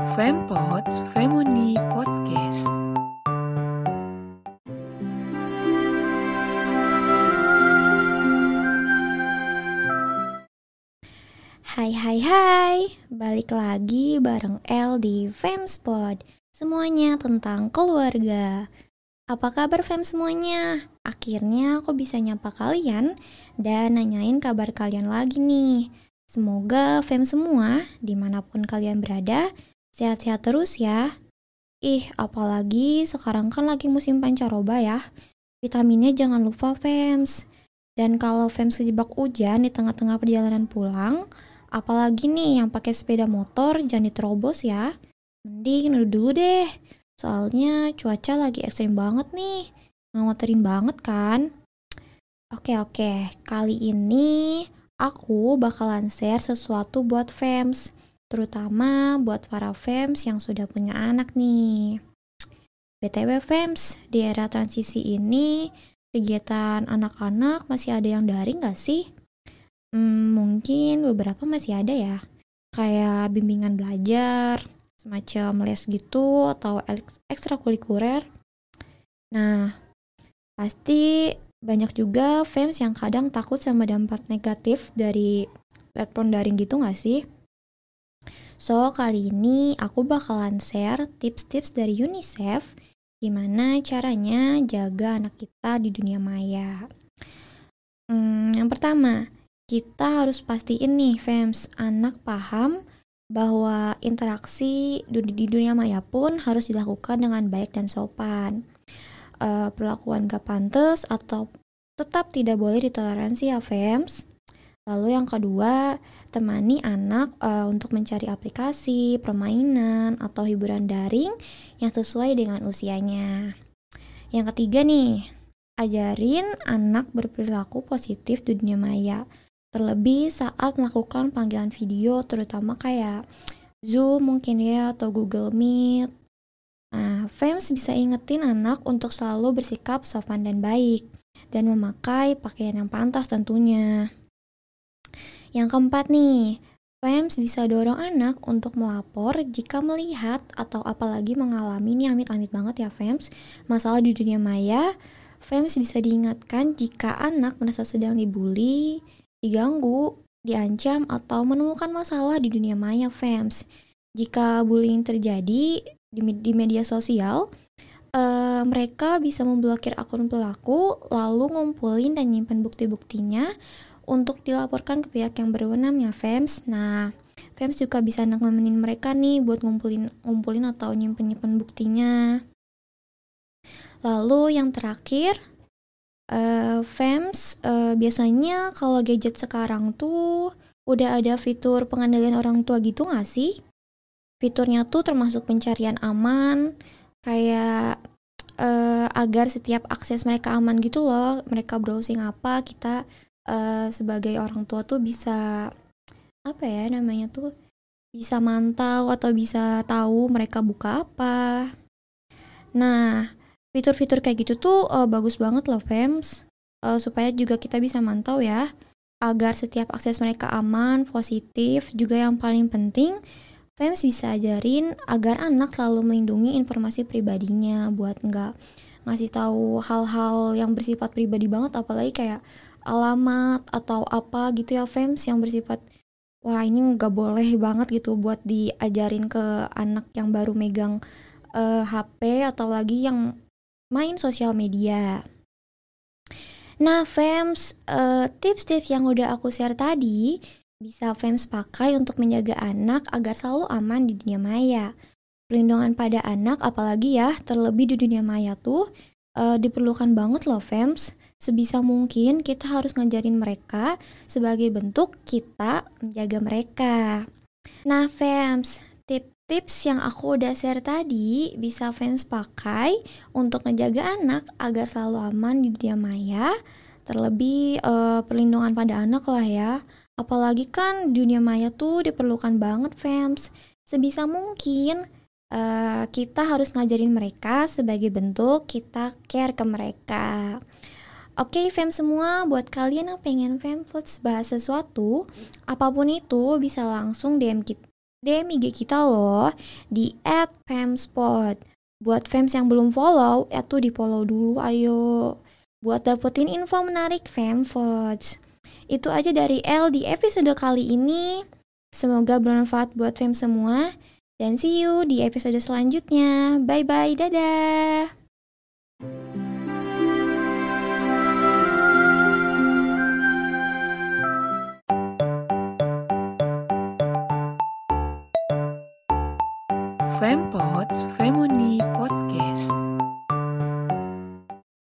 Fempods Family Podcast. Hai, balik lagi bareng El di Femspod. Semuanya tentang keluarga. Apa kabar Fem semuanya? Akhirnya aku bisa nyapa kalian dan nanyain kabar kalian lagi nih. Semoga Fem semua, dimanapun kalian berada, sehat-sehat terus ya. Apalagi sekarang kan lagi musim pancaroba ya. Vitaminnya jangan lupa Fems. Dan kalau Fems kejebak hujan di tengah-tengah perjalanan pulang, apalagi nih yang pakai sepeda motor, jangan diterobos ya. Mending nunduk dulu deh. Soalnya cuaca lagi ekstrim banget nih. Ngawatirin banget kan? Oke, kali ini aku bakalan share sesuatu buat Fems. Terutama buat para Fems yang sudah punya anak nih. BTW Fems, di era transisi ini, kegiatan anak-anak masih ada yang daring gak sih? Mungkin beberapa masih ada ya. Kayak bimbingan belajar, semacam les gitu, atau ekstrakurikuler. Nah, pasti banyak juga Fems yang kadang takut sama dampak negatif dari platform daring gitu gak sih? So, kali ini aku bakalan share tips-tips dari UNICEF gimana caranya jaga anak kita di dunia maya. Yang pertama, kita harus pastiin nih Fems, anak paham bahwa interaksi di dunia maya pun harus dilakukan dengan baik dan sopan. Perlakuan gak pantas atau tetap tidak boleh ditoleransi ya Fems. Lalu yang kedua, temani anak untuk mencari aplikasi, permainan, atau hiburan daring yang sesuai dengan usianya. Yang ketiga nih, ajarin anak berperilaku positif di dunia maya. Terlebih saat melakukan panggilan video, terutama kayak Zoom mungkin ya, atau Google Meet. Nah, Fems bisa ingetin anak untuk selalu bersikap sopan dan baik, dan memakai pakaian yang pantas tentunya. Yang keempat nih, Fems bisa dorong anak untuk melapor jika melihat atau apalagi mengalami, ini amit-amit banget ya Fems, masalah di dunia maya. Fems bisa diingatkan jika anak merasa sedang dibully, diganggu, diancam, atau menemukan masalah di dunia maya Fems. Jika bullying terjadi di media sosial, mereka bisa memblokir akun pelaku, lalu ngumpulin dan nyimpen bukti-buktinya untuk dilaporkan ke pihak yang berwenang ya Fems. Nah, Fems juga bisa nemenin mereka nih buat ngumpulin atau nyimpen buktinya. Lalu yang terakhir, Fems biasanya kalau gadget sekarang tuh udah ada fitur pengendalian orang tua gitu gak sih? Fiturnya tuh termasuk pencarian aman, kayak agar setiap akses mereka aman gitu loh. Mereka browsing apa, kita sebagai orang tua tuh bisa bisa mantau atau bisa tahu mereka buka apa. Nah, fitur-fitur kayak gitu tuh bagus banget loh Fems, supaya juga kita bisa mantau ya, agar setiap akses mereka aman, positif. Juga yang paling penting, Fems bisa ajarin agar anak selalu melindungi informasi pribadinya, buat nggak ngasih tahu hal-hal yang bersifat pribadi banget, apalagi kayak alamat atau apa gitu ya Fems, yang bersifat wah ini nggak boleh banget gitu buat diajarin ke anak yang baru megang HP atau lagi yang main sosial media. Nah Fems, tips-tips yang udah aku share tadi bisa Fems pakai untuk menjaga anak agar selalu aman di dunia maya. Perlindungan pada anak, apalagi ya terlebih di dunia maya tuh diperlukan banget loh Fems. Sebisa mungkin kita harus ngajarin mereka sebagai bentuk kita menjaga mereka. Nah Fems, tips yang aku udah share tadi bisa Fems pakai untuk ngejaga anak agar selalu aman di dunia maya. Terlebih perlindungan pada anak lah ya. Apalagi kan dunia maya tuh diperlukan banget Fems. Sebisa mungkin kita harus ngajarin mereka sebagai bentuk kita care ke mereka. Oke, Fem semua, buat kalian yang pengen Fempods bahas sesuatu, apapun itu bisa langsung DM DM IG kita loh di @femspot. Buat fans yang belum follow, itu di follow dulu ayo. Buat dapetin info menarik FemVotes. Itu aja dari El di episode kali ini. Semoga bermanfaat buat fans semua. Dan see you di episode selanjutnya. Bye-bye, dadah. FemPods Family Podcast.